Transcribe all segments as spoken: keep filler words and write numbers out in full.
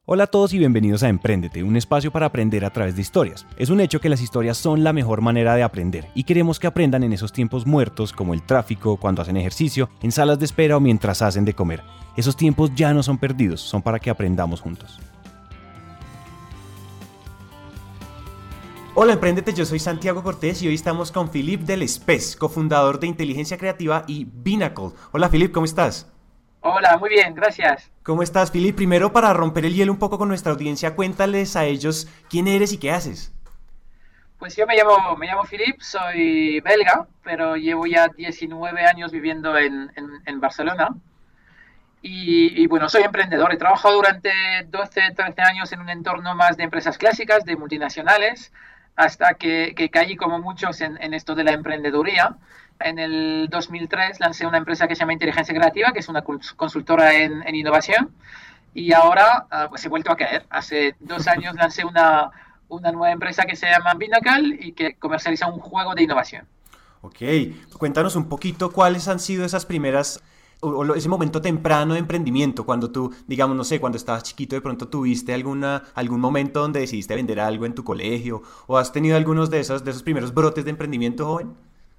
Hola a todos y bienvenidos a Empréndete, un espacio para aprender a través de historias. Es un hecho que las historias son la mejor manera de aprender y queremos que aprendan en esos tiempos muertos como el tráfico, cuando hacen ejercicio, en salas de espera o mientras hacen de comer. Esos tiempos ya no son perdidos, son para que aprendamos juntos. Hola Empréndete, yo soy Santiago Cortés y hoy estamos con Philippe Delespes, cofundador de Inteligencia Creativa y Binacle. Hola Philippe, ¿cómo estás? Hola, muy bien, gracias. ¿Cómo estás, Philippe? Primero, para romper el hielo un poco con nuestra audiencia, cuéntales a ellos quién eres y qué haces. Pues yo me llamo, me llamo Philippe, soy belga, pero llevo ya diecinueve años viviendo en, en, en Barcelona. Y, y bueno, soy emprendedor. He trabajado durante doce, trece años en un entorno más de empresas clásicas, de multinacionales, hasta que, que caí como muchos en, en esto de la emprendeduría. En el dos mil tres lancé una empresa que se llama Inteligencia Creativa, que es una consultora en, en innovación, y ahora uh, pues he vuelto a caer. Hace dos años lancé una, una nueva empresa que se llama Binacle y que comercializa un juego de innovación. Ok, cuéntanos un poquito cuáles han sido esas primeras, o, o ese momento temprano de emprendimiento, cuando tú, digamos, no sé, cuando estabas chiquito de pronto tuviste alguna, algún momento donde decidiste vender algo en tu colegio, o has tenido algunos de esos, de esos primeros brotes de emprendimiento joven.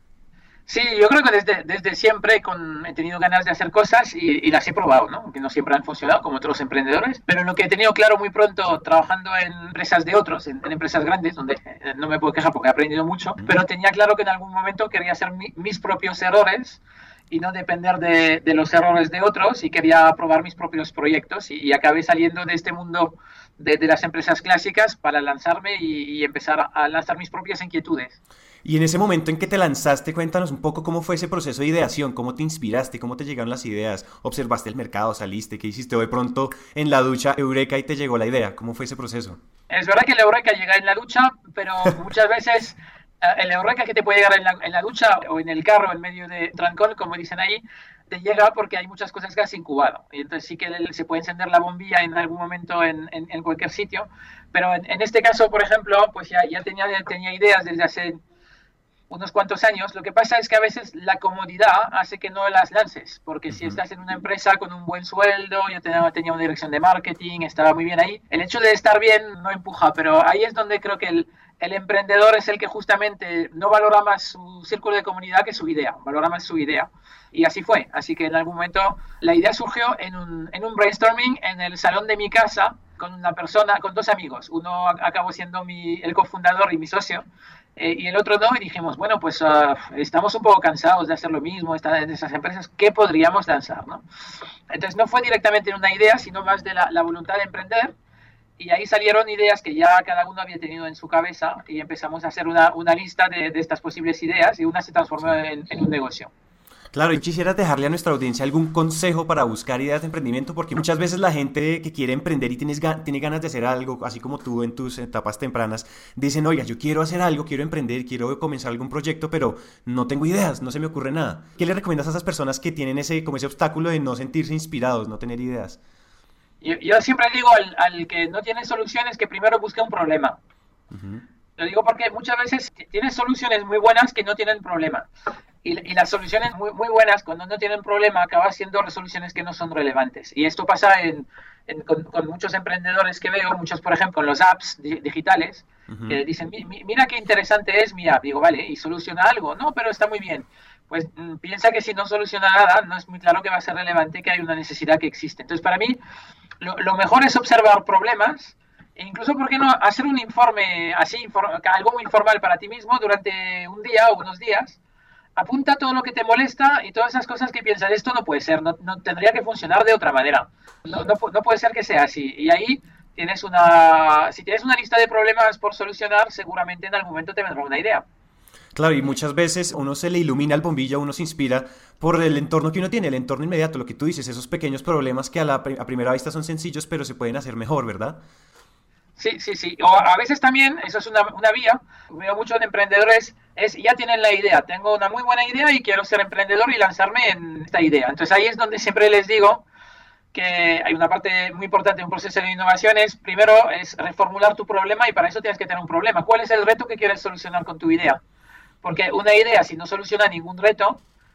Sí, yo creo que desde, desde siempre con, he tenido ganas de hacer cosas y, y las he probado, ¿no? Que no siempre han funcionado como otros emprendedores, pero lo que he tenido claro muy pronto trabajando en empresas de otros, en, en empresas grandes, donde eh, no me puedo quejar porque he aprendido mucho, pero tenía claro que en algún momento quería hacer mi, mis propios errores y no depender de, de los errores de otros, y quería probar mis propios proyectos, y, y acabé saliendo de este mundo de, de las empresas clásicas para lanzarme y, y empezar a, a lanzar mis propias inquietudes. Y en ese momento en que te lanzaste, cuéntanos un poco cómo fue ese proceso de ideación, cómo te inspiraste, cómo te llegaron las ideas, observaste el mercado, saliste, qué hiciste, o de pronto en la ducha, eureka, y te llegó la idea. ¿Cómo fue ese proceso? Es verdad que el eureka llega en la ducha, pero muchas veces uh, el eureka que te puede llegar en la, en la ducha o en el carro, en medio de trancón, como dicen ahí, te llega porque hay muchas cosas que has incubado. Y entonces sí que se puede encender la bombilla en algún momento en, en, en cualquier sitio. Pero en, en este caso, por ejemplo, pues ya, ya tenía, tenía ideas desde hace unos cuantos años. Lo que pasa es que a veces la comodidad hace que no las lances, porque si estás en una empresa con un buen sueldo, yo tenía, tenía una dirección de marketing, estaba muy bien ahí, el hecho de estar bien no empuja, pero ahí es donde creo que el, el emprendedor es el que justamente no valora más su círculo de comunidad que su idea, valora más su idea. Y así fue, así que en algún momento la idea surgió en un, en un brainstorming en el salón de mi casa con una persona, con dos amigos. Uno acabó siendo mi, el cofundador y mi socio, eh, y el otro no, y dijimos, bueno, pues uh, estamos un poco cansados de hacer lo mismo en esas empresas, ¿qué podríamos lanzar, no? Entonces no fue directamente una idea, sino más de la, la voluntad de emprender, y ahí salieron ideas que ya cada uno había tenido en su cabeza, y empezamos a hacer una, una lista de, de estas posibles ideas, y una se transformó en, en un negocio. Claro, y quisieras dejarle a nuestra audiencia algún consejo para buscar ideas de emprendimiento, porque muchas veces la gente que quiere emprender y tienes, tiene ganas de hacer algo, así como tú en tus etapas tempranas, dicen, oiga, yo quiero hacer algo, quiero emprender, quiero comenzar algún proyecto, pero no tengo ideas, no se me ocurre nada. ¿Qué le recomiendas a esas personas que tienen ese, como ese obstáculo de no sentirse inspirados, no tener ideas? Yo, yo siempre digo al, al que no tiene soluciones que primero busque un problema. Uh-huh. Lo digo porque muchas veces tienes soluciones muy buenas que no tienen problema. Y, y las soluciones muy, muy buenas, cuando no tienen problema, acaban siendo resoluciones que no son relevantes. Y esto pasa en, en, con, con muchos emprendedores que veo, muchos, por ejemplo, con los apps di- digitales, uh-huh. que dicen, mira qué interesante es mi app. Digo, vale, ¿y soluciona algo? No, pero está muy bien. Pues mmm, piensa que si no soluciona nada, no es muy claro que va a ser relevante, que hay una necesidad que existe. Entonces, para mí, lo, lo mejor es observar problemas. E incluso, ¿por qué no hacer un informe así, inform- algo muy informal para ti mismo durante un día o unos días? Apunta todo lo que te molesta y todas esas cosas que piensas, esto no puede ser, no, no tendría que funcionar de otra manera. No, no, no puede ser que sea así. Y ahí tienes una, si tienes una lista de problemas por solucionar, seguramente en algún momento te vendrá una idea. Claro, y muchas veces uno se le ilumina el bombillo, uno se inspira por el entorno que uno tiene, el entorno inmediato, lo que tú dices, esos pequeños problemas que a, la, a primera vista son sencillos, pero se pueden hacer mejor, ¿verdad? Sí, sí, sí. O a veces también, eso es una, una vía, veo muchos emprendedores, es ya tienen la idea, tengo una muy buena idea y quiero ser emprendedor y lanzarme en esta idea. Entonces ahí es donde siempre les digo que hay una parte muy importante de un proceso de innovación, es primero es reformular tu problema, y para eso tienes que tener un problema. ¿Cuál es el reto que quieres solucionar con tu idea? Porque una idea, si no soluciona ningún reto,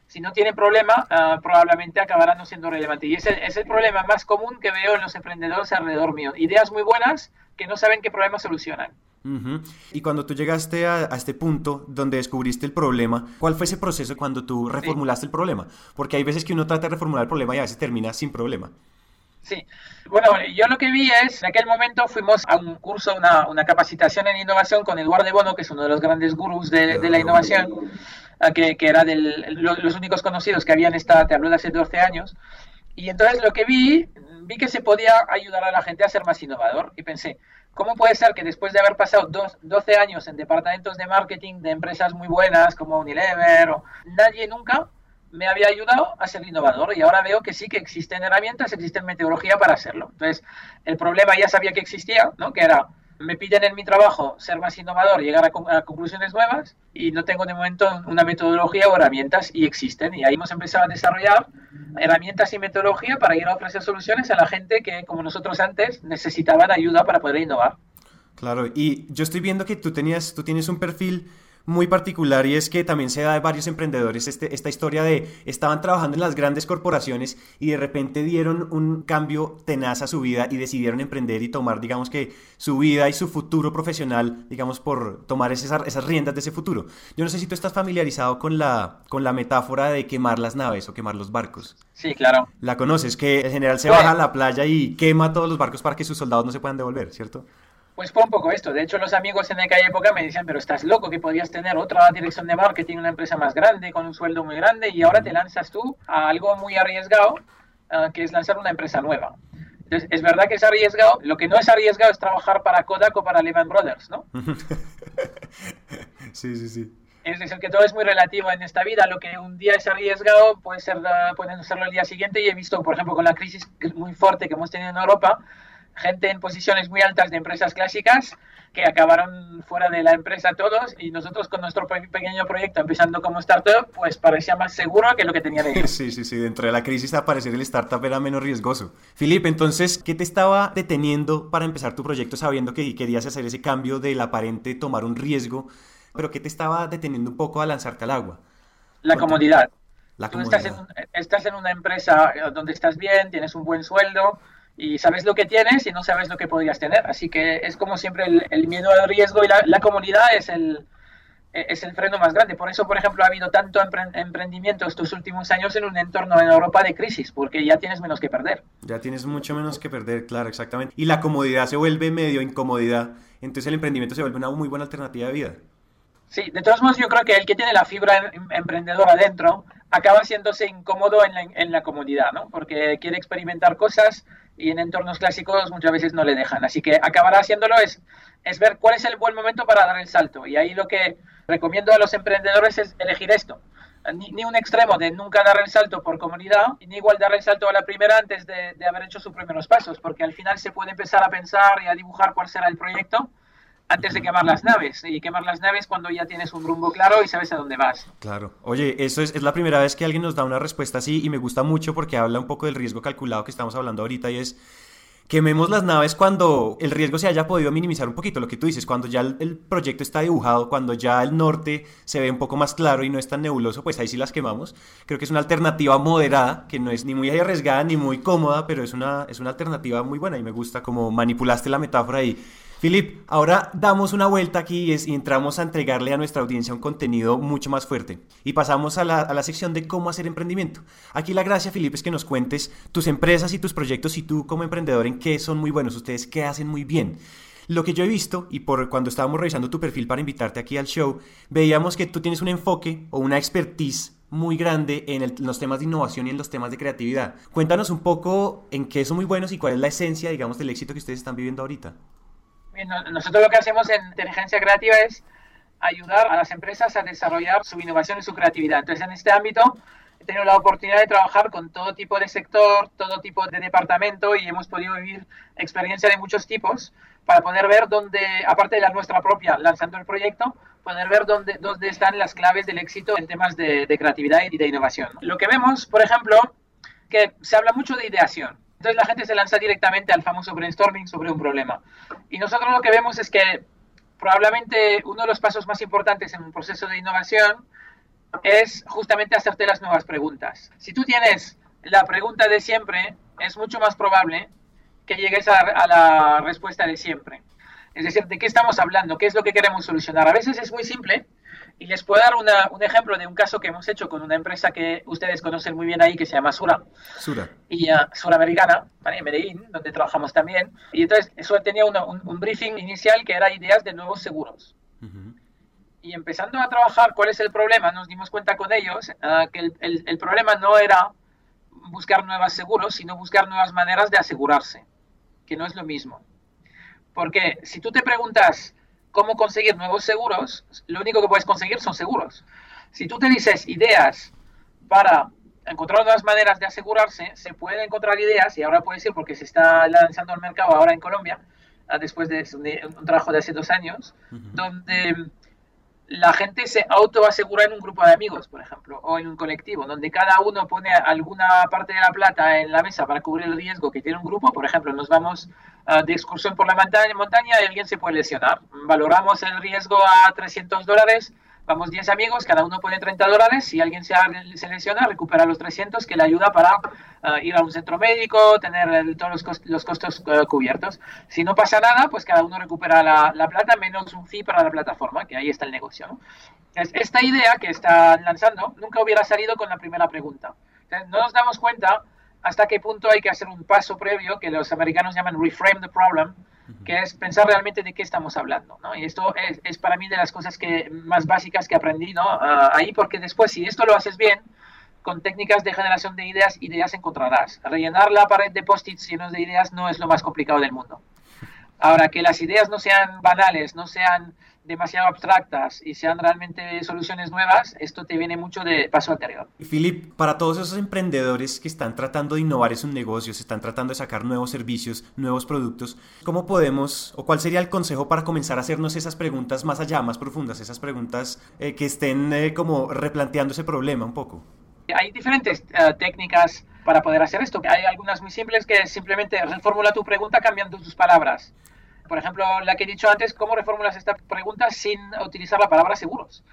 si no tienen problema, uh, probablemente acabarán no siendo relevantes. Y ese es el problema más común que veo en los emprendedores alrededor mío. Ideas muy buenas que no saben qué problema solucionan. Uh-huh. Y cuando tú llegaste a, a este punto donde descubriste el problema, ¿cuál fue ese proceso cuando tú reformulaste sí. el problema? Porque hay veces que uno trata de reformular el problema y a veces termina sin problema. Sí, bueno, yo lo que vi es, en aquel momento fuimos a un curso, una, una capacitación en innovación con Eduardo de Bono, que es uno de los grandes gurús de, de la innovación, que, que era de los únicos conocidos que había en esta, te hablo de hace doce años, y entonces lo que vi, vi que se podía ayudar a la gente a ser más innovador, y pensé, ¿cómo puede ser que después de haber pasado dos, doce años en departamentos de marketing de empresas muy buenas como Unilever, o, nadie nunca me había ayudado a ser innovador? Y ahora veo que sí que existen herramientas, existen metodología para hacerlo. Entonces, el problema ya sabía que existía, ¿no? Que era, me piden en mi trabajo ser más innovador, llegar a, con, a conclusiones nuevas, y no tengo de momento una metodología o herramientas, y existen. Y ahí hemos empezado a desarrollar herramientas y metodología para ir a ofrecer soluciones a la gente que, como nosotros antes, necesitaban ayuda para poder innovar. Claro, y yo estoy viendo que tú, tenías, tú tienes un perfil muy particular, y es que también se da de varios emprendedores este, esta historia de estaban trabajando en las grandes corporaciones y de repente dieron un cambio tenaz a su vida y decidieron emprender y tomar, digamos que su vida y su futuro profesional, digamos, por tomar esas, esas riendas de ese futuro. Yo no sé si tú estás familiarizado con la, con la metáfora de quemar las naves o quemar los barcos. Sí, claro. La conoces, que el general se baja a la playa y quema todos los barcos para que sus soldados no se puedan devolver, ¿cierto? Pues fue un poco esto. De hecho, los amigos en aquella época me decían, pero estás loco, que podías tener otra dirección de marketing, una empresa más grande, con un sueldo muy grande, y ahora te lanzas tú a algo muy arriesgado, uh, que es lanzar una empresa nueva. Entonces, es verdad que es arriesgado. Lo que no es arriesgado es trabajar para Kodak o para Lehman Brothers, ¿no? Sí, sí, sí. Es decir, que todo es muy relativo en esta vida. Lo que un día es arriesgado puede ser, uh, puede no serlo el día siguiente, y he visto, por ejemplo, con la crisis muy fuerte que hemos tenido en Europa, gente en posiciones muy altas de empresas clásicas que acabaron fuera de la empresa todos, y nosotros con nuestro pequeño proyecto empezando como startup, pues parecía más seguro que lo que tenía de ellos. Sí, sí, sí, dentro de la crisis aparecer el startup era menos riesgoso. Felipe, entonces, ¿qué te estaba deteniendo para empezar tu proyecto sabiendo que querías hacer ese cambio del aparente tomar un riesgo, pero qué te estaba deteniendo un poco a lanzarte al agua? La comodidad. La Tú comodidad. Estás, en, estás en una empresa donde estás bien, tienes un buen sueldo, y sabes lo que tienes y no sabes lo que podrías tener. Así que es como siempre el, el miedo al riesgo, y la, la comunidad es el, es el freno más grande. Por eso, por ejemplo, ha habido tanto empre- emprendimiento estos últimos años en un entorno en Europa de crisis, porque ya tienes menos que perder. Ya tienes mucho menos que perder, claro, exactamente. Y la comodidad se vuelve medio incomodidad, entonces el emprendimiento se vuelve una muy buena alternativa de vida. Sí, de todos modos yo creo que el que tiene la fibra em- emprendedora adentro acaba siéndose incómodo en la, en la comodidad, ¿no? Porque quiere experimentar cosas y en entornos clásicos muchas veces no le dejan. Así que acabará haciéndolo es, es ver cuál es el buen momento para dar el salto. Y ahí lo que recomiendo a los emprendedores es elegir esto. Ni, ni un extremo de nunca dar el salto por comodidad, ni igual dar el salto a la primera antes de, de haber hecho sus primeros pasos, porque al final se puede empezar a pensar y a dibujar cuál será el proyecto antes de quemar las naves, y quemar las naves cuando ya tienes un rumbo claro y sabes a dónde vas. Claro. Oye, eso es, es la primera vez que alguien nos da una respuesta así, y me gusta mucho porque habla un poco del riesgo calculado que estamos hablando ahorita, y es quememos las naves cuando el riesgo se haya podido minimizar un poquito, lo que tú dices, cuando ya el, el proyecto está dibujado, cuando ya el norte se ve un poco más claro y no es tan nebuloso, pues ahí sí las quemamos. Creo que es una alternativa moderada, que no es ni muy arriesgada ni muy cómoda, pero es una, es una alternativa muy buena, y me gusta cómo manipulaste la metáfora ahí. Filip, ahora damos una vuelta aquí y, es, y entramos a entregarle a nuestra audiencia un contenido mucho más fuerte. Y pasamos a la, a la sección de cómo hacer emprendimiento. Aquí la gracia, Filip, es que nos cuentes tus empresas y tus proyectos, y tú como emprendedor en qué son muy buenos, ustedes qué hacen muy bien. Lo que yo he visto, y por cuando estábamos revisando tu perfil para invitarte aquí al show, veíamos que tú tienes un enfoque o una expertise muy grande en, el, en los temas de innovación y en los temas de creatividad. Cuéntanos un poco en qué son muy buenos y cuál es la esencia, digamos, del éxito que ustedes están viviendo ahorita. Bien, nosotros lo que hacemos en inteligencia creativa es ayudar a las empresas a desarrollar su innovación y su creatividad. Entonces, en este ámbito he tenido la oportunidad de trabajar con todo tipo de sector, todo tipo de departamento, y hemos podido vivir experiencia de muchos tipos para poder ver dónde, aparte de la nuestra propia, lanzando el proyecto, poder ver dónde, dónde están las claves del éxito en temas de, de creatividad y de innovación. Lo que vemos, por ejemplo, que se habla mucho de ideación. Entonces la gente se lanza directamente al famoso brainstorming sobre un problema. Y nosotros lo que vemos es que probablemente uno de los pasos más importantes en un proceso de innovación es justamente hacerte las nuevas preguntas. Si tú tienes la pregunta de siempre, es mucho más probable que llegues a, a la respuesta de siempre. Es decir, ¿de qué estamos hablando? ¿Qué es lo que queremos solucionar? A veces es muy simple y les puedo dar una, un ejemplo de un caso que hemos hecho con una empresa que ustedes conocen muy bien ahí, que se llama Sura. Sura. Y uh, Suramericana, ¿vale? En Medellín, donde trabajamos también. Y entonces eso tenía una, un, un briefing inicial que era ideas de nuevos seguros. Uh-huh. Y empezando a trabajar cuál es el problema, nos dimos cuenta con ellos uh, que el, el, el problema no era buscar nuevos seguros, sino buscar nuevas maneras de asegurarse, que no es lo mismo. Porque si tú te preguntas cómo conseguir nuevos seguros, lo único que puedes conseguir son seguros. Si tú te dices ideas para encontrar nuevas maneras de asegurarse, se pueden encontrar ideas, y ahora puedo decir porque se está lanzando al mercado ahora en Colombia, después de un trabajo de hace dos años, uh-huh. donde la gente se autoasegura en un grupo de amigos, por ejemplo, o en un colectivo, donde cada uno pone alguna parte de la plata en la mesa para cubrir el riesgo que tiene un grupo. Por ejemplo, nos vamos uh, de excursión por la montaña, montaña y alguien se puede lesionar. Valoramos el riesgo a trescientos dólares, vamos diez amigos, cada uno pone treinta dólares, si alguien se, se lesiona, recupera los trescientos, que le ayuda para uh, ir a un centro médico, tener el, todos los, cost los costos uh, cubiertos. Si no pasa nada, pues cada uno recupera la, la plata menos un fee para la plataforma, que ahí está el negocio, ¿no? Entonces, esta idea que están lanzando nunca hubiera salido con la primera pregunta. Entonces, no nos damos cuenta hasta qué punto hay que hacer un paso previo, que los americanos llaman reframe the problem, que es pensar realmente de qué estamos hablando, ¿no? Y esto es, es para mí de las cosas que, más básicas que aprendí, ¿no? Uh, ahí, porque después, si esto lo haces bien, con técnicas de generación de ideas, ideas encontrarás. Rellenar la pared de post-its llenos de ideas no es lo más complicado del mundo. Ahora, que las ideas no sean banales, no sean demasiado abstractas y sean realmente soluciones nuevas, esto te viene mucho de paso anterior. Philip, para todos esos emprendedores que están tratando de innovar en sus negocios, están tratando de sacar nuevos servicios, nuevos productos, ¿cómo podemos, o cuál sería el consejo para comenzar a hacernos esas preguntas más allá, más profundas, esas preguntas eh, que estén eh, como replanteando ese problema un poco? Hay diferentes uh, técnicas para poder hacer esto. Hay algunas muy simples, que es simplemente reformula tu pregunta cambiando tus palabras. Por ejemplo, la que he dicho antes, ¿cómo reformulas esta pregunta sin utilizar la palabra seguros?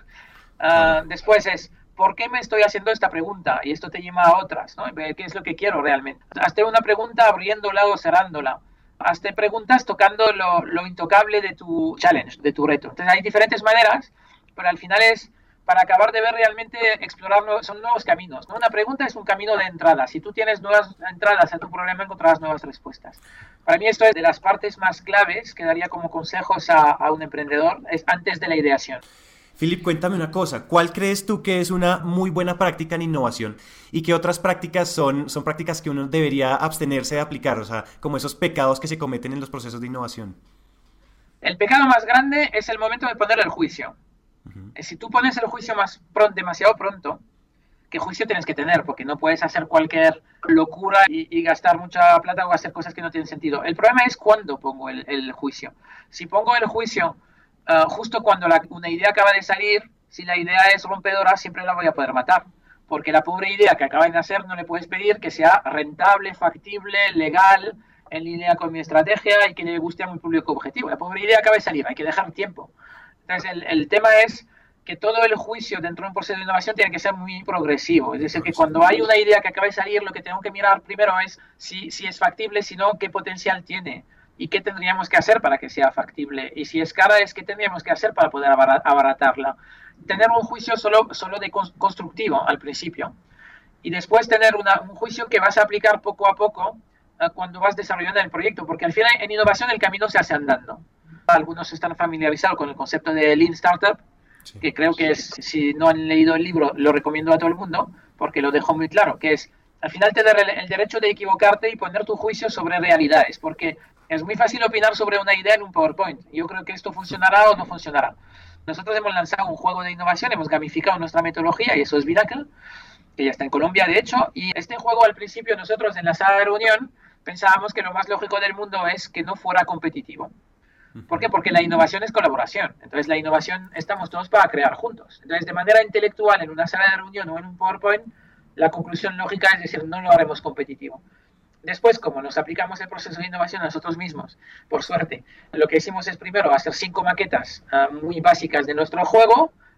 Uh, después es, ¿por qué me estoy haciendo esta pregunta? Y esto te lleva a otras, ¿no? ¿Qué es lo que quiero realmente? Hazte una pregunta abriéndola o cerrándola. Hazte preguntas tocando lo, lo intocable de tu challenge, de tu reto. Entonces hay diferentes maneras, pero al final es para acabar de ver realmente, explorar, nuevos, son nuevos caminos, ¿no? Una pregunta es un camino de entrada. Si tú tienes nuevas entradas a tu problema, encontrarás nuevas respuestas. Para mí esto es de las partes más claves que daría como consejos a, a un emprendedor, es antes de la ideación. Philip, cuéntame una cosa, ¿cuál crees tú que es una muy buena práctica en innovación? ¿Y qué otras prácticas son, son prácticas que uno debería abstenerse de aplicar? O sea, como esos pecados que se cometen en los procesos de innovación. El pecado más grande es el momento de poner el juicio. Uh-huh. Si tú pones el juicio más pronto, demasiado pronto, ¿qué juicio tienes que tener? Porque no puedes hacer cualquier locura y, y gastar mucha plata o hacer cosas que no tienen sentido. El problema es cuándo pongo el, el juicio. Si pongo el juicio uh, justo cuando la, una idea acaba de salir, si la idea es rompedora, siempre la voy a poder matar. Porque la pobre idea que acaba de nacer no le puedes pedir que sea rentable, factible, legal, en línea con mi estrategia y que le guste a mi público objetivo. La pobre idea acaba de salir, hay que dejar tiempo. Entonces, el, el tema es que todo el juicio dentro de un proceso de innovación tiene que ser muy progresivo. Es decir, que cuando hay una idea que acaba de salir, lo que tengo que mirar primero es si, si es factible, si no, qué potencial tiene y qué tendríamos que hacer para que sea factible. Y si es cara, es qué tendríamos que hacer para poder abaratarla. Tener un juicio solo, solo de constructivo al principio y después tener una, un juicio que vas a aplicar poco a poco uh, cuando vas desarrollando el proyecto, porque al final en innovación el camino se hace andando. Algunos están familiarizados con el concepto de Lean Startup, sí, que creo que es, si no han leído el libro, lo recomiendo a todo el mundo, porque lo dejo muy claro, que es, al final tener el, el derecho de equivocarte y poner tu juicio sobre realidades, porque es muy fácil opinar sobre una idea en un PowerPoint. Yo creo que esto funcionará o no funcionará. Nosotros hemos lanzado un juego de innovación, hemos gamificado nuestra metodología, y eso es Miracle, que ya está en Colombia, de hecho, y este juego al principio nosotros en la sala de reunión pensábamos que lo más lógico del mundo es que no fuera competitivo. ¿Por qué? Porque la innovación es colaboración. Entonces, la innovación estamos todos para crear juntos. Entonces, de manera intelectual, en una sala de reunión o en un PowerPoint, la conclusión lógica es decir, no lo haremos competitivo. Después, como nos aplicamos el proceso de innovación a nosotros mismos, por suerte, lo que hicimos es primero hacer cinco maquetas uh, muy básicas de nuestro juego,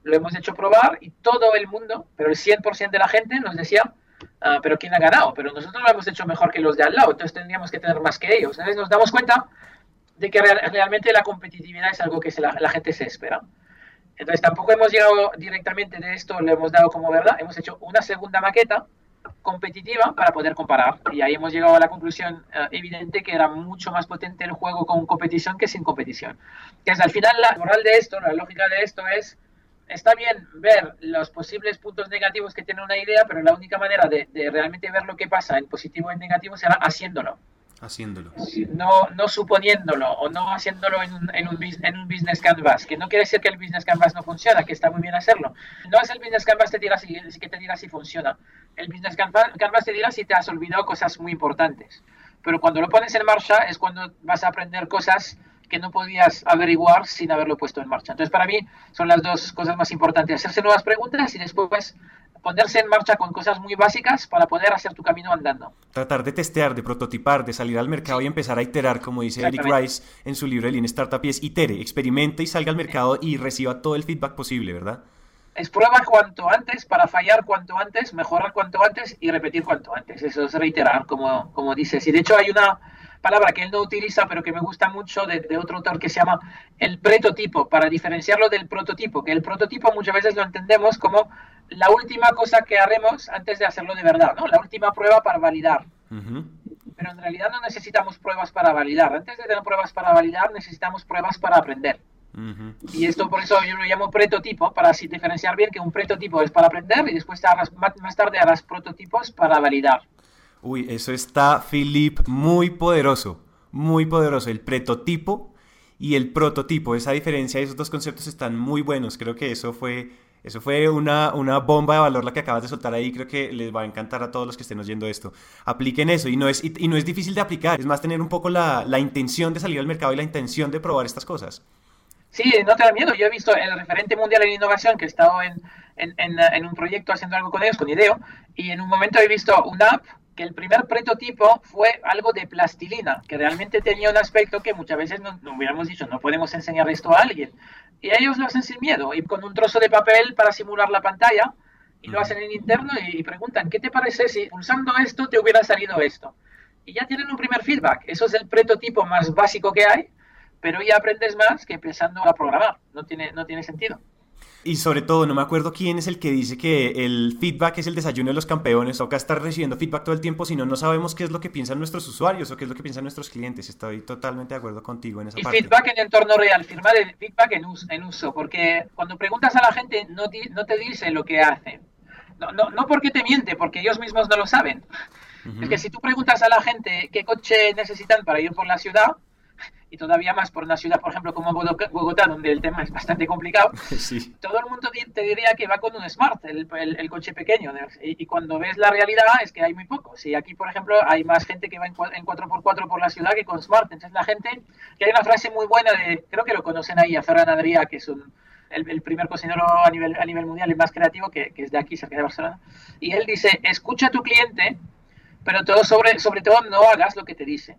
lo hemos hecho probar y todo el mundo, pero el cien por ciento de la gente nos decía, ah, pero ¿quién ha ganado? Pero nosotros lo hemos hecho mejor que los de al lado, entonces tendríamos que tener más que ellos. Entonces nos damos cuenta de que real, realmente la competitividad es algo que se la, la gente se espera. Entonces tampoco hemos llegado directamente de esto, lo hemos dado como verdad, hemos hecho una segunda maqueta competitiva para poder comparar y ahí hemos llegado a la conclusión uh, evidente que era mucho más potente el juego con competición que sin competición. Entonces al final la moral de esto, la lógica de esto es, está bien ver los posibles puntos negativos que tiene una idea, pero la única manera de, de realmente ver lo que pasa en positivo y en negativo será haciéndolo. Haciéndolo. No, no suponiéndolo o no haciéndolo en un, en, un, en un business canvas, que no quiere decir que el business canvas no funciona, que está muy bien hacerlo. No es el business canvas que te dirá si, que te dirá si funciona. El business canvas, canvas te dirá si te has olvidado cosas muy importantes. Pero cuando lo pones en marcha es cuando vas a aprender cosas que no podías averiguar sin haberlo puesto en marcha. Entonces, para mí son las dos cosas más importantes. Hacerse nuevas preguntas y después ponerse en marcha con cosas muy básicas para poder hacer tu camino andando. Tratar de testear, de prototipar, de salir al mercado y empezar a iterar, como dice Eric Rice en su libro de Lean Startup, y es itere, experimente y salga al mercado y reciba todo el feedback posible, ¿verdad? Es prueba cuanto antes para fallar cuanto antes, mejorar cuanto antes y repetir cuanto antes. Eso es reiterar, como, como dices. Y de hecho hay una palabra que él no utiliza, pero que me gusta mucho, de, de otro autor, que se llama el prototipo, para diferenciarlo del prototipo, que el prototipo muchas veces lo entendemos como la última cosa que haremos antes de hacerlo de verdad, ¿no? La última prueba para validar. Uh-huh. Pero en realidad no necesitamos pruebas para validar. Antes de tener pruebas para validar, necesitamos pruebas para aprender. Uh-huh. Y esto por eso yo lo llamo prototipo, para así diferenciar bien que un prototipo es para aprender y después harás, más tarde harás prototipos para validar. Uy, eso está, Philip, muy poderoso, muy poderoso. El prototipo y el prototipo, esa diferencia, esos dos conceptos están muy buenos. Creo que eso fue, eso fue una, una bomba de valor la que acabas de soltar ahí. Creo que les va a encantar a todos los que estén oyendo esto. Apliquen eso y no es, y, y no es difícil de aplicar. Es más tener un poco la, la intención de salir al mercado y la intención de probar estas cosas. Sí, no te da miedo. Yo he visto el referente mundial en innovación, que he estado en, en, en, en un proyecto haciendo algo con ellos, con IDEO, y en un momento he visto una app que el primer prototipo fue algo de plastilina, que realmente tenía un aspecto que muchas veces no, no hubiéramos dicho, no podemos enseñar esto a alguien. Y ellos lo hacen sin miedo, y con un trozo de papel para simular la pantalla, y lo hacen en interno y, y preguntan, ¿qué te parece si pulsando esto te hubiera salido esto? Y ya tienen un primer feedback. Eso es el prototipo más básico que hay, pero ya aprendes más que empezando a programar. No tiene, no tiene sentido. Y sobre todo, no me acuerdo quién es el que dice que el feedback es el desayuno de los campeones. Toca estar recibiendo feedback todo el tiempo, si no, no sabemos qué es lo que piensan nuestros usuarios o qué es lo que piensan nuestros clientes. Estoy totalmente de acuerdo contigo en esa y parte. Y feedback en entorno real, firma de feedback en uso, en uso, porque cuando preguntas a la gente no, di, no te dice lo que hacen. No, no, no porque te miente, porque ellos mismos no lo saben. Uh-huh. Es que si tú preguntas a la gente qué coche necesitan para ir por la ciudad, y todavía más por una ciudad, por ejemplo, como Bogotá, donde el tema es bastante complicado, sí. Todo el mundo te diría que va con un Smart, el, el, el coche pequeño. Y, y cuando ves la realidad es que hay muy pocos. Y aquí, por ejemplo, hay más gente que va en cuatro por cuatro por la ciudad que con Smart. Entonces la gente, que hay una frase muy buena de, creo que lo conocen ahí, a Ferran Adrià, que es un, el, el primer cocinero a nivel, a nivel mundial y más creativo, que, que es de aquí, cerca de Barcelona. Y él dice, escucha a tu cliente, pero todo sobre, sobre todo no hagas lo que te dice.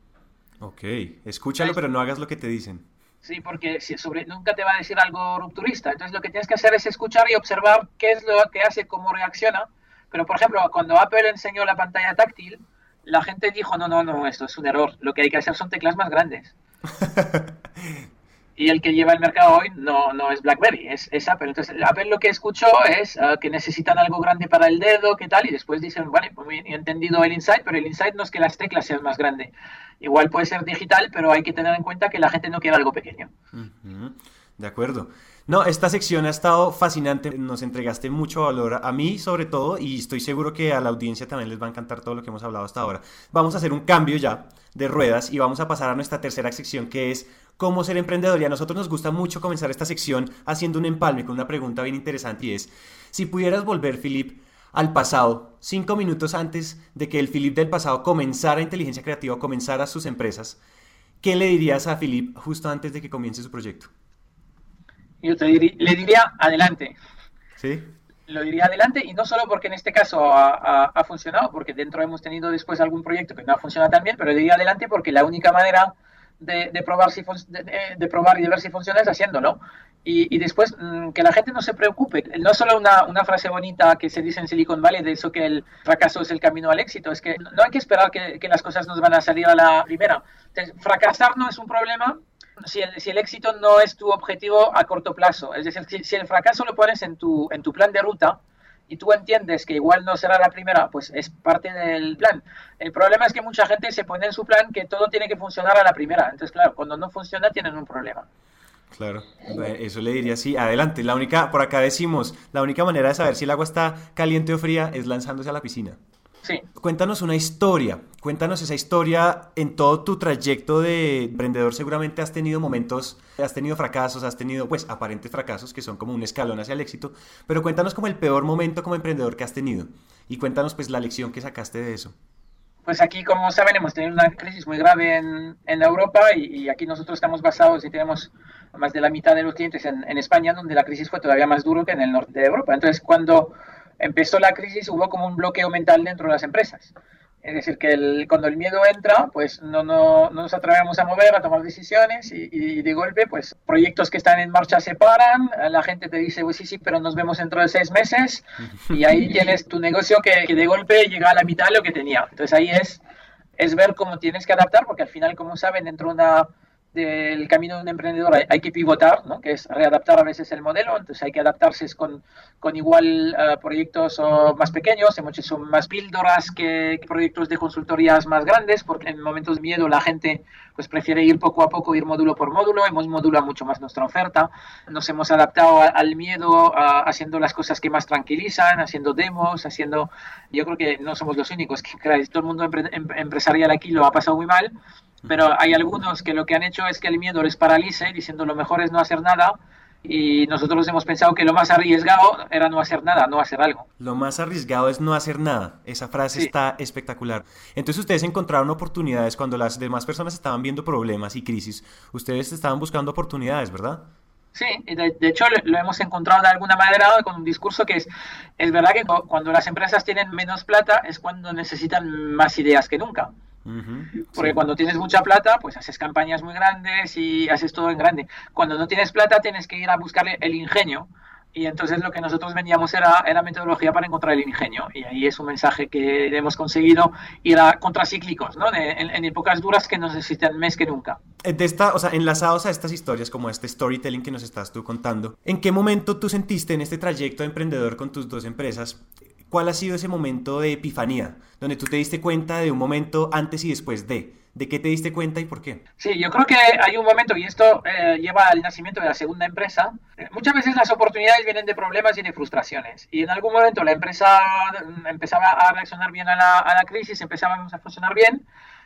Ok, escúchalo, pero no hagas lo que te dicen. Sí, porque si sobre, nunca te va a decir algo rupturista. Entonces lo que tienes que hacer es escuchar y observar qué es lo que hace, cómo reacciona. Pero, por ejemplo, cuando Apple enseñó la pantalla táctil, la gente dijo, no, no, no, esto es un error. Lo que hay que hacer son teclas más grandes. Y el que lleva el mercado hoy no, no es BlackBerry, es, es Apple. Entonces, Apple lo que escuchó es uh, que necesitan algo grande para el dedo, qué tal, y después dicen, vale, pues he entendido el insight, pero el insight no es que las teclas sean más grandes. Igual puede ser digital, pero hay que tener en cuenta que la gente no quiere algo pequeño. Uh-huh. De acuerdo. No, esta sección ha estado fascinante, nos entregaste mucho valor a mí sobre todo y estoy seguro que a la audiencia también les va a encantar todo lo que hemos hablado hasta ahora. Vamos a hacer un cambio ya de ruedas y vamos a pasar a nuestra tercera sección, que es cómo ser emprendedor. Y a nosotros nos gusta mucho comenzar esta sección haciendo un empalme con una pregunta bien interesante, y es, si pudieras volver, Philip, al pasado, cinco minutos antes de que el Philip del pasado comenzara inteligencia creativa, comenzara sus empresas, ¿qué le dirías a Philip justo antes de que comience su proyecto? Yo te diría, le diría adelante. ¿Sí? Lo diría adelante, y no solo porque en este caso ha, ha, ha funcionado, porque dentro hemos tenido después algún proyecto que no ha funcionado tan bien, pero le diría adelante porque la única manera de, de, probar, si de, de probar y de ver si funciona es haciéndolo. Y, y después mmm, que la gente no se preocupe. No solo una, una frase bonita que se dice en Silicon Valley de eso que el fracaso es el camino al éxito, es que no hay que esperar que, que las cosas nos van a salir a la primera. Entonces, fracasar no es un problema si el, si el éxito no es tu objetivo a corto plazo. Es decir, si, si el fracaso lo pones en tu, en tu plan de ruta y tú entiendes que igual no será la primera, pues es parte del plan. El problema es que mucha gente se pone en su plan que todo tiene que funcionar a la primera. Entonces, claro, cuando no funciona tienen un problema. Claro, eso le diría sí, adelante. La única, por acá decimos, la única manera de saber si el agua está caliente o fría es lanzándose a la piscina. Sí. Cuéntanos una historia, cuéntanos esa historia. En todo tu trayecto de emprendedor seguramente has tenido momentos, has tenido fracasos, has tenido pues aparentes fracasos que son como un escalón hacia el éxito, pero cuéntanos como el peor momento como emprendedor que has tenido y cuéntanos pues la lección que sacaste de eso. Pues aquí, como saben, hemos tenido una crisis muy grave en, en Europa y, y aquí nosotros estamos basados y tenemos más de la mitad de los clientes en, en España, donde la crisis fue todavía más duro que en el norte de Europa. Entonces, cuando empezó la crisis hubo como un bloqueo mental dentro de las empresas. Es decir, que el, cuando el miedo entra, pues no, no, no nos atrevemos a mover, a tomar decisiones y, y de golpe, pues proyectos que están en marcha se paran, la gente te dice, pues sí, sí, pero nos vemos dentro de seis meses y ahí tienes tu negocio que, que de golpe llega a la mitad de lo que tenía. Entonces ahí es, es ver cómo tienes que adaptar, porque al final, como saben, dentro de una... del camino de un emprendedor hay, hay que pivotar, ¿no? Que es readaptar a veces el modelo, entonces hay que adaptarse con, con igual uh, proyectos uh, más pequeños, hemos hecho más píldoras que, que proyectos de consultorías más grandes, porque en momentos de miedo la gente pues prefiere ir poco a poco, ir módulo por módulo, hemos modulado mucho más nuestra oferta, nos hemos adaptado a, al miedo uh, haciendo las cosas que más tranquilizan, haciendo demos, haciendo, yo creo que no somos los únicos, que todo el mundo empre, em, empresarial aquí lo ha pasado muy mal, pero hay algunos que lo que han hecho es que el miedo les paralice, diciendo lo mejor es no hacer nada, y nosotros hemos pensado que lo más arriesgado era no hacer nada, no hacer algo. Lo más arriesgado es no hacer nada. Esa frase sí. Está espectacular. Entonces ustedes encontraron oportunidades cuando las demás personas estaban viendo problemas y crisis. Ustedes estaban buscando oportunidades, ¿verdad? Sí, de, de hecho lo hemos encontrado de alguna manera con un discurso que es, es verdad que cuando las empresas tienen menos plata es cuando necesitan más ideas que nunca. Uh-huh, porque sí. Cuando tienes mucha plata, pues haces campañas muy grandes y haces todo en grande. Cuando no tienes plata, tienes que ir a buscarle el ingenio. Y entonces lo que nosotros veníamos era, era metodología para encontrar el ingenio. Y ahí es un mensaje que hemos conseguido ir a contracíclicos, ¿no? De, en, en épocas duras que nos necesitan más que nunca. De esta, o sea, enlazados a estas historias, como este storytelling que nos estás tú contando, ¿en qué momento tú sentiste en este trayecto de emprendedor con tus dos empresas? ¿Cuál ha sido ese momento de epifanía? Donde tú te diste cuenta de un momento antes y después de. ¿De qué te diste cuenta y por qué? Sí, yo creo que hay un momento, y esto eh, lleva al nacimiento de la segunda empresa. Muchas veces las oportunidades vienen de problemas y de frustraciones. Y en algún momento la empresa empezaba a reaccionar bien a la, a la crisis, empezábamos a funcionar bien.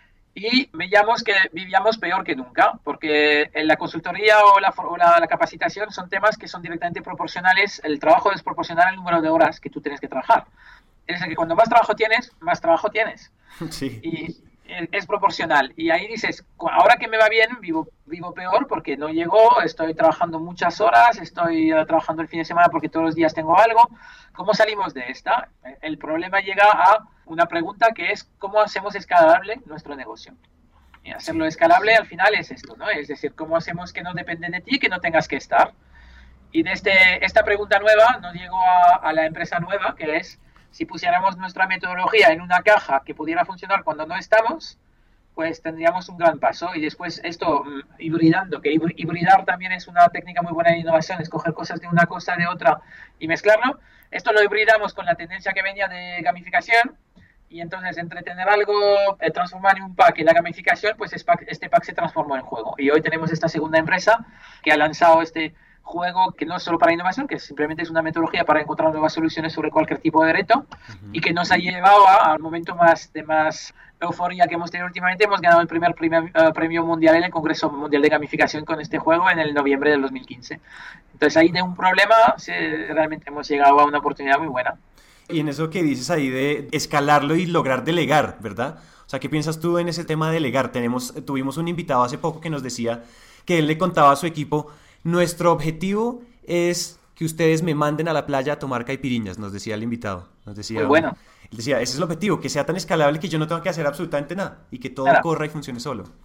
Y veíamos que vivíamos peor que nunca, porque en la consultoría o, la, o la, la capacitación son temas que son directamente proporcionales, el trabajo es proporcional al número de horas que tú tienes que trabajar. Es decir, que cuando más trabajo tienes, más trabajo tienes. Sí. Y es proporcional. Y ahí dices, ahora que me va bien, vivo, vivo peor porque no llego, estoy trabajando muchas horas, estoy uh, trabajando el fin de semana porque todos los días tengo algo. ¿Cómo salimos de esta? El problema llega a una pregunta que es ¿cómo hacemos escalable nuestro negocio? Y hacerlo escalable al final es esto, ¿no? Es decir, ¿cómo hacemos que no depende de ti, que no tengas que estar? Y desde esta pregunta nueva nos llegó a, a la empresa nueva, que es si pusiéramos nuestra metodología en una caja que pudiera funcionar cuando no estamos, pues tendríamos un gran paso. Y después esto, hibridando, que hibridar también es una técnica muy buena de innovación, es coger cosas de una cosa, de otra y mezclarlo. Esto lo hibridamos con la tendencia que venía de gamificación. Y entonces, entre tener algo, eh, transformar en un pack y la gamificación, pues este pack se transformó en juego. Y hoy tenemos esta segunda empresa que ha lanzado este juego que no es solo para innovación, que simplemente es una metodología para encontrar nuevas soluciones sobre cualquier tipo de reto, uh-huh. Y que nos ha llevado a, al momento más de más euforia que hemos tenido últimamente. Hemos ganado el primer premio, uh, premio mundial en el Congreso Mundial de Gamificación con este juego en el noviembre del dos mil quince. Entonces ahí de un problema sí, realmente hemos llegado a una oportunidad muy buena. Y en eso que dices ahí de escalarlo y lograr delegar, ¿verdad? O sea, ¿qué piensas tú en ese tema de delegar? Tenemos, tuvimos un invitado hace poco que nos decía que él le contaba a su equipo: nuestro objetivo es que ustedes me manden a la playa a tomar caipiriñas, nos decía el invitado. Nos decía, muy bueno. Él decía, ese es el objetivo, que sea tan escalable que yo no tenga que hacer absolutamente nada y que todo claro. corra y funcione solo.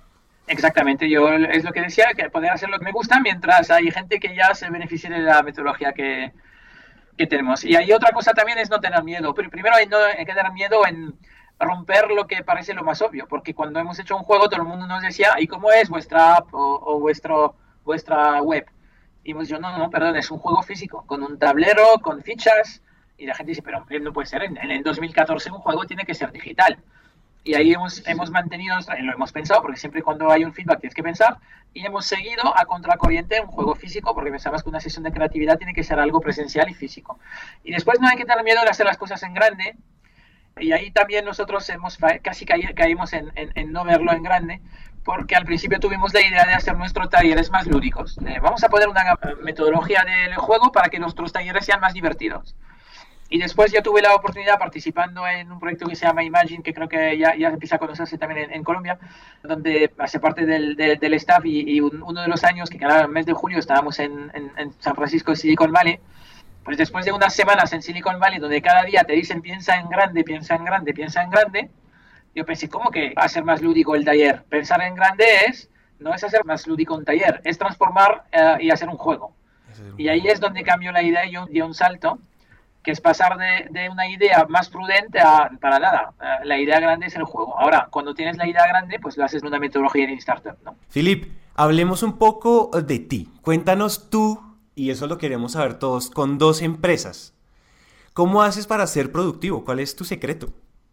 Exactamente, yo es lo que decía, que poder hacer lo que me gusta mientras hay gente que ya se beneficie de la metodología que, que tenemos. Y hay otra cosa también es no tener miedo. Primero hay, no, hay que tener miedo en romper lo que parece lo más obvio, porque cuando hemos hecho un juego todo el mundo nos decía, ¿y cómo es vuestra app o, o vuestro, vuestra web? Y hemos dicho, no, no, perdón, es un juego físico, con un tablero, con fichas, y la gente dice, pero hombre, no puede ser, en, en el dos mil catorce un juego tiene que ser digital. Y ahí hemos, hemos mantenido, lo hemos pensado, porque siempre cuando hay un feedback tienes que pensar, y hemos seguido a contracorriente un juego físico, porque pensamos que una sesión de creatividad tiene que ser algo presencial y físico. Y después no hay que tener miedo de hacer las cosas en grande, y ahí también nosotros hemos casi caí, caímos en, en, en no verlo en grande, porque al principio tuvimos la idea de hacer nuestros talleres más lúdicos. Eh, vamos a poner una metodología del juego para que nuestros talleres sean más divertidos. Y después yo tuve la oportunidad participando en un proyecto que se llama Imagine, que creo que ya, ya empieza a conocerse también en, en Colombia, donde hace parte del, de, del staff y, y un, uno de los años, que cada mes de julio estábamos en, en, en San Francisco, Silicon Valley, pues después de unas semanas en Silicon Valley, donde cada día te dicen piensa en grande, piensa en grande, piensa en grande, yo pensé, ¿cómo que va a ser más lúdico el taller? Pensar en grande es, no es hacer más lúdico un taller, es transformar uh, y hacer un juego. Y ahí es donde cambió la idea y yo di un salto, que es pasar de, de una idea más prudente a, para nada, uh, la idea grande es el juego. Ahora, cuando tienes la idea grande, pues lo haces en una metodología de startup, ¿no? Philip, hablemos un poco de ti. Cuéntanos tú, y eso lo queremos saber todos, con dos empresas. ¿Cómo haces para ser productivo? ¿Cuál es tu secreto?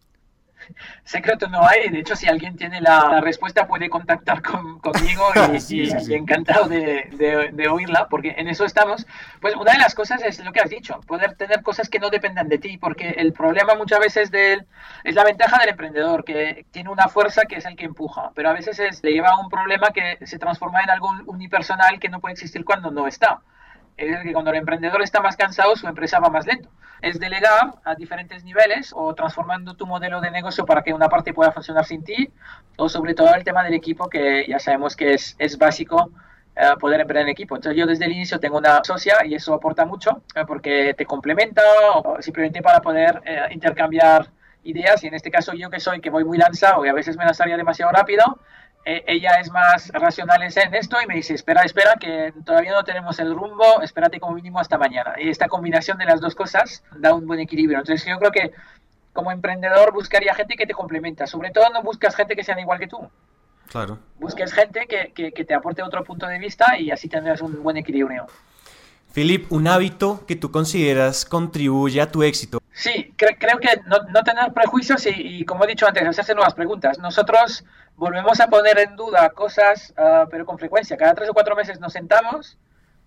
Secreto no hay, de hecho si alguien tiene la, la respuesta puede contactar con, conmigo y, sí, y, sí, sí. y encantado de, de, de oírla, porque en eso estamos. Pues una de las cosas es lo que has dicho, poder tener cosas que no dependan de ti, porque el problema muchas veces de, es la ventaja del emprendedor, que tiene una fuerza que es el que empuja, pero a veces es, le lleva a un problema que se transforma en algo unipersonal que no puede existir cuando no está. Es decir, que cuando el emprendedor está más cansado, su empresa va más lento. Es delegar a diferentes niveles o transformando tu modelo de negocio para que una parte pueda funcionar sin ti, o sobre todo el tema del equipo, que ya sabemos que es, es básico uh, poder emprender en equipo. Entonces yo desde el inicio tengo una socia y eso aporta mucho uh, porque te complementa o simplemente para poder uh, intercambiar ideas, y en este caso yo que soy, que voy muy lanzado y a veces me lanzaría demasiado rápido, ella es más racional en esto y me dice, espera, espera, que todavía no tenemos el rumbo, espérate como mínimo hasta mañana. Y esta combinación de las dos cosas da un buen equilibrio. Entonces yo creo que como emprendedor buscaría gente que te complementa. Sobre todo no buscas gente que sean igual que tú. Claro. Busques gente que, que, que te aporte otro punto de vista y así tendrás un buen equilibrio. Philip, ¿un hábito que tú consideras contribuye a tu éxito? Sí, cre- creo que no, no tener prejuicios y, y, como he dicho antes, hacerse nuevas preguntas. Nosotros volvemos a poner en duda cosas, uh, pero con frecuencia. Cada tres o cuatro meses nos sentamos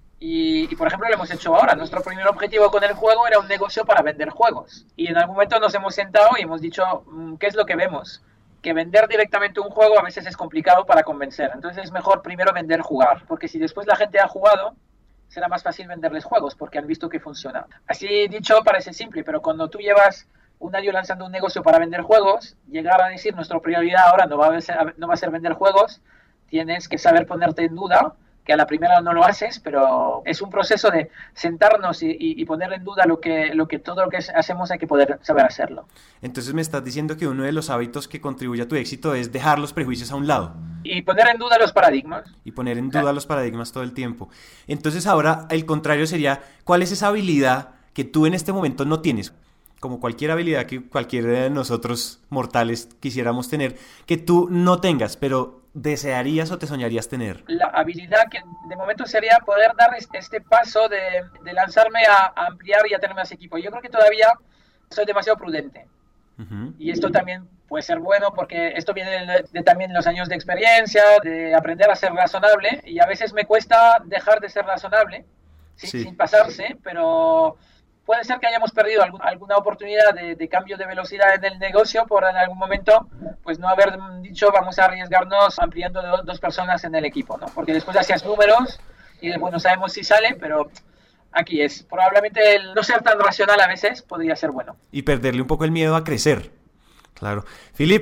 y, y, por ejemplo, lo hemos hecho ahora. Nuestro primer objetivo con el juego era un negocio para vender juegos. Y en algún momento nos hemos sentado y hemos dicho, ¿qué es lo que vemos? Que vender directamente un juego a veces es complicado para convencer. Entonces es mejor primero vender, jugar. Porque si después la gente ha jugado, será más fácil venderles juegos porque han visto que funciona. Así dicho parece simple, pero cuando tú llevas un año lanzando un negocio para vender juegos, llegar a decir nuestra prioridad ahora no va a ser, no va a ser vender juegos, tienes que saber ponerte en duda, que a la primera no lo haces, pero es un proceso de sentarnos y, y, y poner en duda lo que, lo que todo lo que hacemos, hay que poder saber hacerlo. Entonces me estás diciendo que uno de los hábitos que contribuye a tu éxito es dejar los prejuicios a un lado. Y poner en duda los paradigmas. Y poner en duda los paradigmas todo el tiempo. Entonces ahora el contrario sería, ¿cuál es esa habilidad que tú en este momento no tienes? Como cualquier habilidad que cualquiera de nosotros mortales quisiéramos tener, que tú no tengas, pero desearías o te soñarías tener. La habilidad que de momento sería poder dar este paso de, de lanzarme a, a ampliar y a tener más equipo. Yo creo que todavía soy demasiado prudente. Uh-huh. Y esto también puede ser bueno porque esto viene de, de también los años de experiencia, de aprender a ser razonable, y a veces me cuesta dejar de ser razonable sin, sí. sin pasarse, pero puede ser que hayamos perdido algún, alguna oportunidad de, de cambio de velocidad en el negocio por en algún momento pues no haber dicho vamos a arriesgarnos ampliando de dos personas en el equipo, ¿no? Porque después hacías números y después no sabemos si sale, pero aquí es. Probablemente el no ser tan racional a veces podría ser bueno. Y perderle un poco el miedo a crecer. Claro. Philip,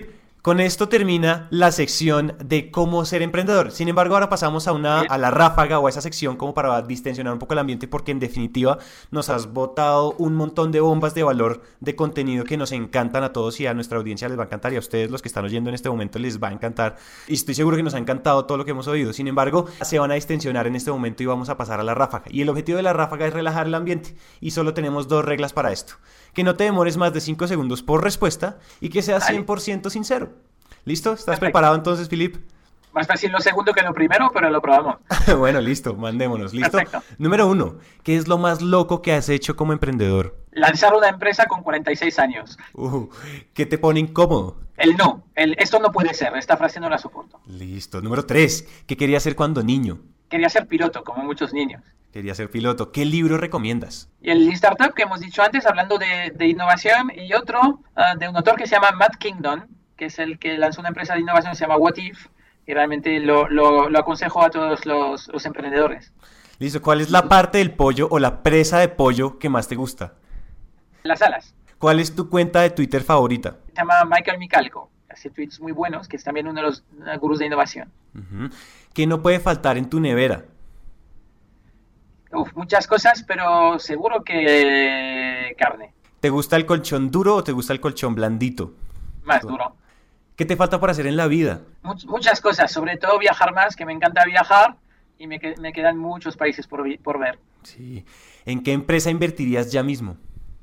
Con esto termina la sección de cómo ser emprendedor. Sin embargo, ahora pasamos a, una, a la ráfaga o a esa sección como para distensionar un poco el ambiente, porque en definitiva nos has botado un montón de bombas de valor, de contenido que nos encantan a todos y a nuestra audiencia les va a encantar, y a ustedes los que están oyendo en este momento les va a encantar. Y estoy seguro que nos ha encantado todo lo que hemos oído. Sin embargo, se van a distensionar en este momento y vamos a pasar a la ráfaga. Y el objetivo de la ráfaga es relajar el ambiente. Y solo tenemos dos reglas para esto. Que no te demores más de cinco segundos por respuesta y que seas cien por ciento sincero. ¿Listo? ¿Estás Perfecto. preparado entonces, Philip? Más fácil lo segundo que lo primero, pero lo probamos. Bueno, listo, mandémonos. ¿Listo? Perfecto. Número uno, ¿qué es lo más loco que has hecho como emprendedor? Lanzar una empresa con cuarenta y seis años. Uh, ¿Qué te pone incómodo? El no, el esto no puede ser, esta frase no la soporto. Listo. Número tres, ¿qué querías ser cuando niño? Quería ser piloto, como muchos niños. Quería ser piloto. ¿Qué libro recomiendas? Y el startup que hemos dicho antes, hablando de, de innovación, y otro uh, de un autor que se llama Matt Kingdon, que es el que lanzó una empresa de innovación que se llama What If, y realmente lo, lo, lo aconsejo a todos los, los emprendedores. Listo. ¿Cuál es la parte del pollo o la presa de pollo que más te gusta? Las alas. ¿Cuál es tu cuenta de Twitter favorita? Se llama Michael Michalko. Hace tweets muy buenos, que es también uno de los gurús de innovación. Uh-huh. ¿Qué no puede faltar en tu nevera? Uf, muchas cosas, pero seguro que carne. ¿Te gusta el colchón duro o te gusta el colchón blandito? Más duro. ¿Qué te falta por hacer en la vida? Much, muchas cosas, sobre todo viajar más, que me encanta viajar y me, me quedan muchos países por, por ver. Sí. ¿En qué empresa invertirías ya mismo?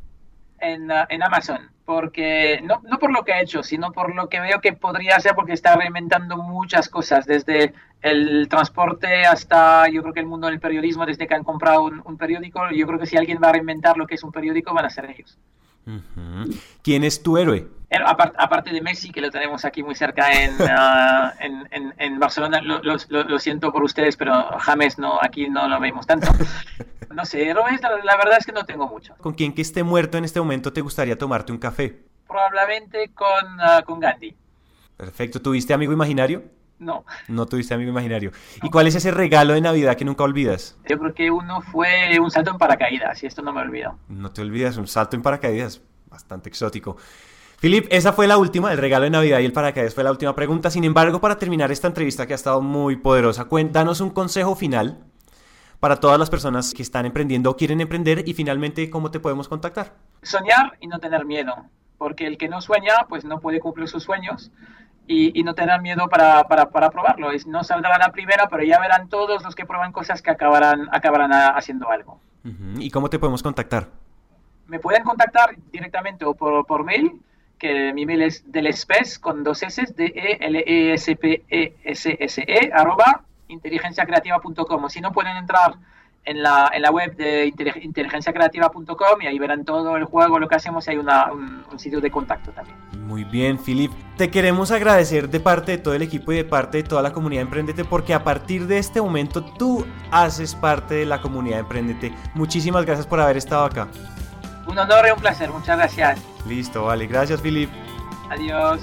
En, uh, en Amazon, porque no, no por lo que ha hecho, sino por lo que veo que podría hacer, porque está reinventando muchas cosas, desde el transporte hasta, yo creo que el mundo del periodismo, desde que han comprado un, un periódico. Yo creo que si alguien va a reinventar lo que es un periódico, van a ser ellos. Uh-huh. ¿Quién es tu héroe? Aparte, aparte de Messi, que lo tenemos aquí muy cerca en, uh, en, en, en Barcelona, lo, lo, lo siento por ustedes, pero James no, aquí no lo vemos tanto. No sé, héroes, la, la verdad es que no tengo mucho. ¿Con quién que esté muerto en este momento te gustaría tomarte un café? Probablemente con, uh, con Gandhi. Perfecto. ¿Tuviste amigo imaginario? No. No tuviste amigo imaginario. No. ¿Y cuál es ese regalo de Navidad que nunca olvidas? Yo creo que uno fue un salto en paracaídas, y esto no me olvido. No te olvidas, un salto en paracaídas, bastante exótico. Philip, esa fue la última, el regalo de Navidad y el paracaídas fue la última pregunta. Sin embargo, para terminar esta entrevista que ha estado muy poderosa, danos un consejo final para todas las personas que están emprendiendo o quieren emprender, y finalmente, ¿cómo te podemos contactar? Soñar y no tener miedo, porque el que no sueña, pues no puede cumplir sus sueños, y, y no tener miedo para, para, para probarlo. Es, no saldrá la primera, pero ya verán todos los que prueban cosas que acabarán, acabarán haciendo algo. Uh-huh. ¿Y cómo te podemos contactar? Me pueden contactar directamente o por, por mail, que mi mail es delespes con dos S, D E L E S P E S S E, arroba inteligencia creativa punto com. Si no, pueden entrar en la, en la web de inteligencia creativa punto com y ahí verán todo el juego, lo que hacemos, y hay una, un, un sitio de contacto también. Muy bien, Philip. Te queremos agradecer de parte de todo el equipo y de parte de toda la comunidad Emprendete, porque a partir de este momento tú haces parte de la comunidad Emprendete. Muchísimas gracias por haber estado acá. Un honor y un placer, muchas gracias. Listo, vale, gracias, Philip. Adiós.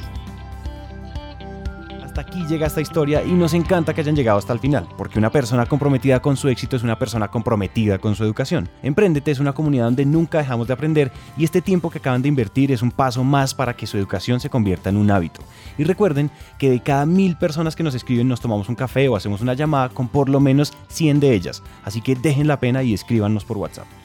Hasta aquí llega esta historia y nos encanta que hayan llegado hasta el final, porque una persona comprometida con su éxito es una persona comprometida con su educación. Emprendete es una comunidad donde nunca dejamos de aprender, y este tiempo que acaban de invertir es un paso más para que su educación se convierta en un hábito. Y recuerden que de cada mil personas que nos escriben nos tomamos un café o hacemos una llamada con por lo menos cien de ellas, así que dejen la pena y escríbanos por WhatsApp.